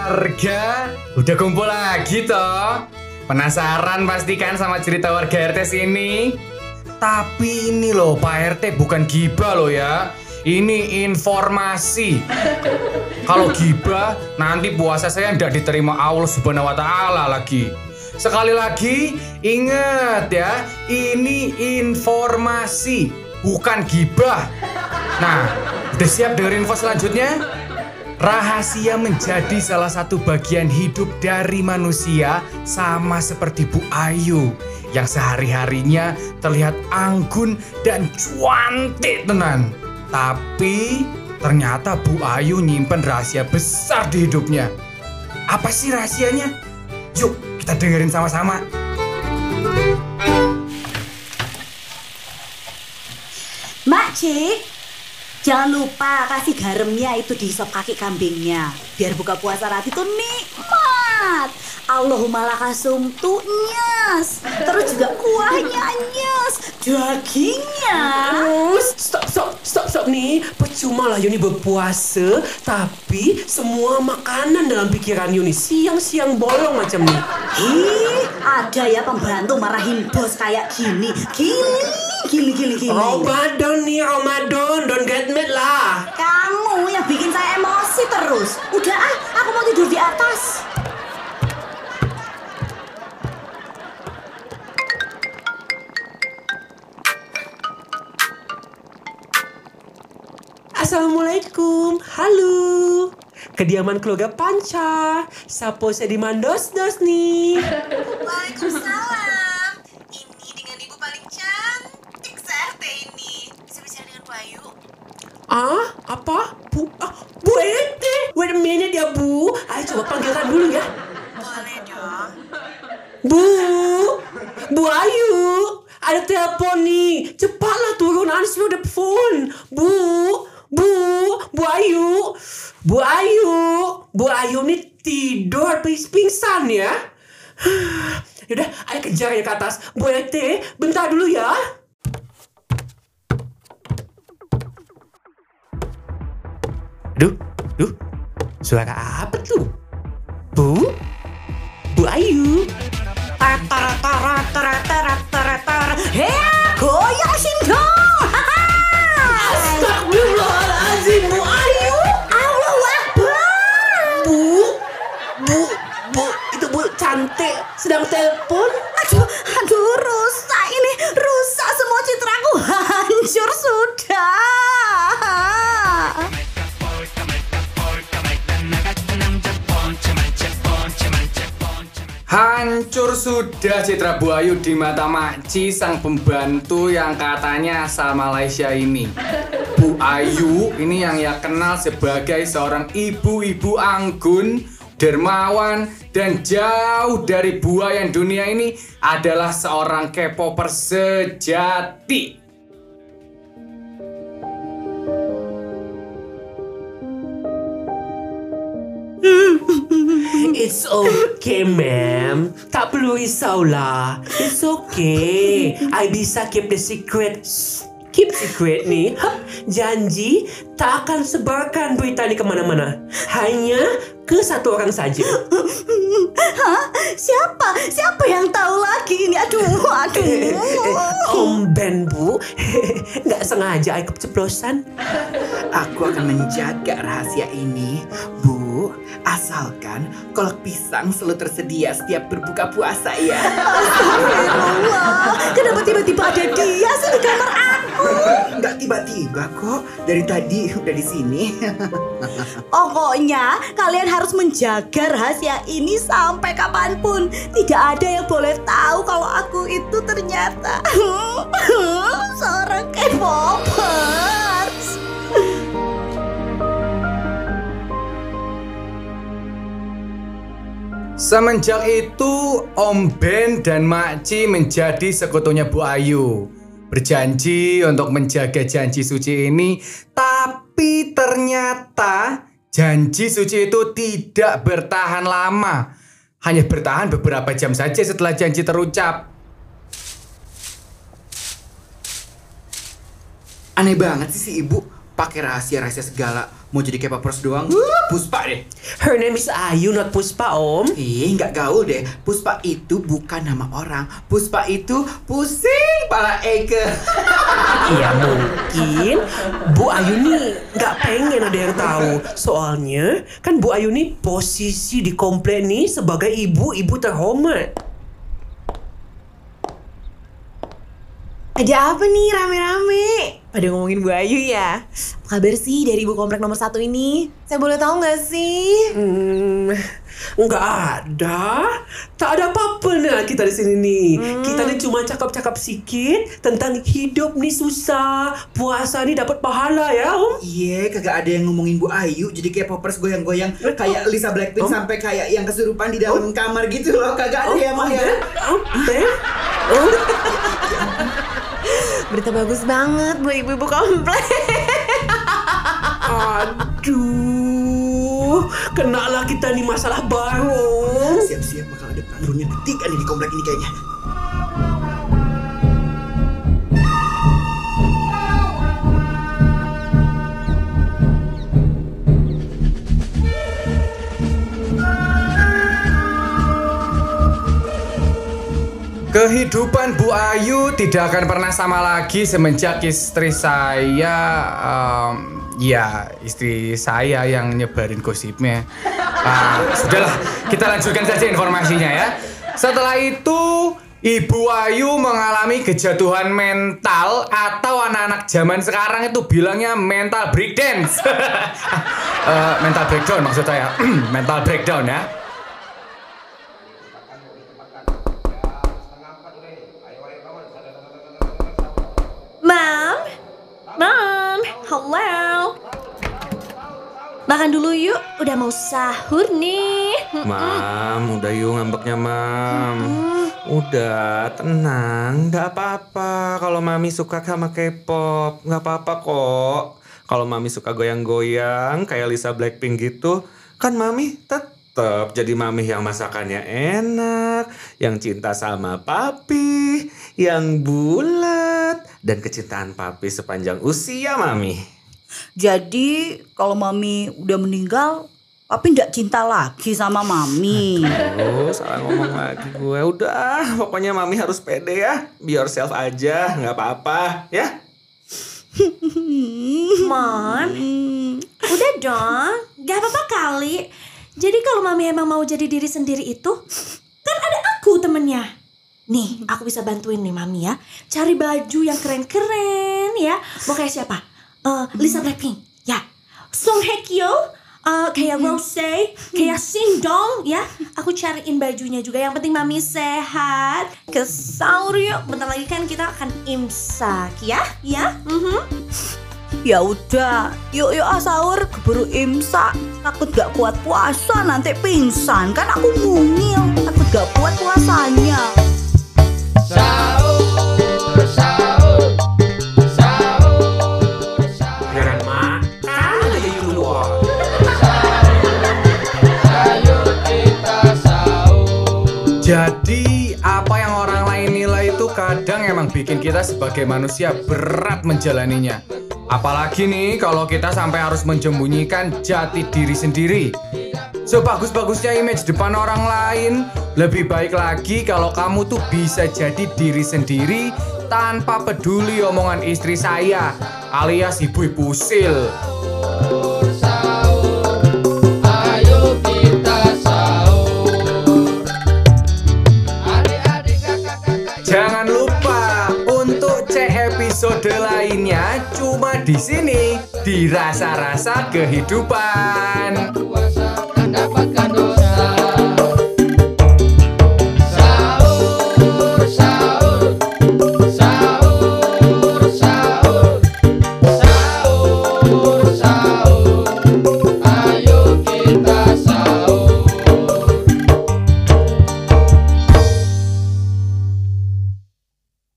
Warga, udah kumpul lagi toh? Penasaran pastikan sama cerita warga RT sini? Tapi ini loh Pak RT bukan gibah loh ya. Ini informasi. Kalau gibah nanti puasa saya tidak diterima Allah Subhanahu wa Ta'ala lagi. Sekali lagi ingat ya, ini informasi bukan gibah. Nah, udah siap dengerin info selanjutnya? Rahasia menjadi salah satu bagian hidup dari manusia sama seperti Bu Ayu yang sehari-harinya terlihat anggun dan cuantik tenan. Tapi ternyata Bu Ayu nyimpen rahasia besar di hidupnya. Apa sih rahasianya? Yuk kita dengerin sama-sama. Makcik, jangan lupa kasih garamnya itu di sop kaki kambingnya. Biar buka puasa nanti tuh nikmat. Allahumma lakasum tuh nyes. Terus juga kuahnya nyes. Dagingnya. Stop nih. Percuma lah Yuni berpuasa, tapi semua makanan dalam pikiran Yuni siang-siang bolong macam nih. Ada ya pembantu marahin bos kayak gini. Gini. Ramadan nih, Ramadan. Don't get mad lah. Kamu yang bikin saya emosi terus. Udah aku mau tidur di atas. Assalamualaikum, halo. Kediaman keluarga Panca. Sapo saya di mandos-dos nih. Waalaikumsalam. Ini dengan ibu paling cantik se-RT ini. Bisa bicara dengan Bu Ayu? Apa? Bu Ete. Wait a minute ya, Bu. Ayo coba panggilkan dulu ya. Boleh dong. Bu Ayu. Ada telepon nih. Cepatlah turun, answer the phone. Bu Ayu nih tidur pingsan ya. Yaudah, ayo kejar ya ke atas. Bu Ete, bentar dulu ya. Duh, suara apa tuh? Bu Ayu. Goyang sindong. Astagfirullahaladzim, Bu Ayu. Allahu Akbar. Bu, itu Bu cantik sedang telepon. Aduh, rusak ini. Rusak semua citraku. Hancur sudah. Hancur sudah citra Bu Ayu di mata Makci sang pembantu yang katanya asal Malaysia ini. Bu Ayu ini yang ia kenal sebagai seorang ibu-ibu anggun, dermawan, dan jauh dari buayan dunia ini adalah seorang K-popper sejati. It's okay, ma'am. Tak perlu risaulah. It's okay. I bisa keep the secret. Keep secret nih. Janji tak akan sebarkan berita ini kemana-mana. Hanya ke satu orang saja. Hah? Siapa yang tahu lagi ini? Aduh. Om Ben, Bu. Nggak sengaja aku keceplosan. Aku akan menjaga rahasia ini, Bu. Asalkan kolak pisang selalu tersedia setiap berbuka puasa ya. Astagfirullah. Kenapa tiba-tiba ada dia sih di kamar aku? Nggak tiba-tiba kok. Dari tadi udah di sini. Pokoknya kalian harus menjaga rahasia ini sampai kapanpun. Tidak ada yang boleh tahu kalau aku itu ternyata seorang K-popers. Semenjak itu, Om Ben dan Makci menjadi sekutunya Bu Ayu. Berjanji untuk menjaga janji suci ini, tapi ternyata janji suci itu tidak bertahan lama. Hanya bertahan beberapa jam saja setelah janji terucap. Aneh banget sih si ibu. pakai rahasia-rahasia segala. Mau jadi K-popers doang? Puspa deh. Her name is Ayu, not Puspa, Om. Nggak gaul deh. Puspa itu bukan nama orang. Puspa itu pusing pala Eke. Iya mungkin Bu Ayu nih nggak pengen ada yang tahu. Soalnya kan Bu Ayu nih posisi di komplek nih sebagai ibu-ibu terhormat. Ada apa nih rame-rame? Pada ngomongin Bu Ayu ya? Apa kabar sih dari ibu komplek nomor 1 ini? Saya boleh tahu nggak sih? Nggak ada. Tak ada apa-apa nah kita di sini nih. Kita nih cuma cakap-cakap sikit tentang hidup nih susah, puasa nih dapat pahala ya, Om. Iya, kagak ada yang ngomongin Bu Ayu. Jadi kayak popers goyang-goyang kayak Lisa Blackpink sampai kayak yang kesurupan di dalam kamar gitu loh. Kagak ada ya, Mah ya. Berita bagus banget buat ibu-ibu komplek. Aduh, kenalah kita nih masalah baru. Siap-siap bakal ada perang dunia ketiga nih di komplek ini kayaknya. Kehidupan Bu Ayu tidak akan pernah sama lagi semenjak istri saya, istri saya yang nyebarin gosipnya. Sudahlah, kita lanjutkan saja informasinya ya. Setelah itu, Ibu Ayu mengalami kejatuhan mental atau anak-anak zaman sekarang itu bilangnya mental breakdance. Mental breakdown maksud saya, mental breakdown ya. Mom, hello. Makan dulu yuk, udah mau sahur nih. Mam, udah yuk ngambeknya, Mam. Udah, tenang, nggak apa-apa. Kalau Mami suka sama K-pop, nggak apa-apa kok. Kalau Mami suka goyang-goyang kayak Lisa Blackpink gitu, kan Mami tetap jadi Mami yang masakannya enak, yang cinta sama Papi, yang bulat, dan kecintaan Papi sepanjang usia Mami. Jadi kalau Mami udah meninggal, Papi nggak cinta lagi sama Mami. Oh, salah ngomong lagi gue. Udah, pokoknya Mami harus pede ya. Be yourself aja, nggak apa-apa ya. Mom, udah dong, gak apa-apa kali. Jadi kalau Mami emang mau jadi diri sendiri itu, kan ada aku temennya. Nih, aku bisa bantuin nih Mami ya. Cari baju yang keren-keren ya. Mau kayak siapa? Lisa Blackpink, ya. Song Hye Kyo, kayak Rose, kayak Sing Dong, ya. Aku cariin bajunya juga. Yang penting Mami sehat. Ke sahur yuk. Bentar lagi kan kita akan imsak, ya, ya. Ya udah, yuk sahur keburu imsak. Takut gak kuat puasa nanti pingsan. Kan aku mungil, takut gak kuat puasanya. Heran makan aja yuk keluar. Jadi apa yang orang lain nilai itu kadang emang bikin kita sebagai manusia berat menjalaninya. Apalagi nih kalau kita sampai harus menyembunyikan jati diri sendiri. Sebagus-bagusnya image depan orang lain, lebih baik lagi kalau kamu tuh bisa jadi diri sendiri tanpa peduli omongan istri saya alias ibu-ibu usil. Jangan lupa untuk cek episode lainnya cuma di sini di Rasa-Rasa Kehidupan.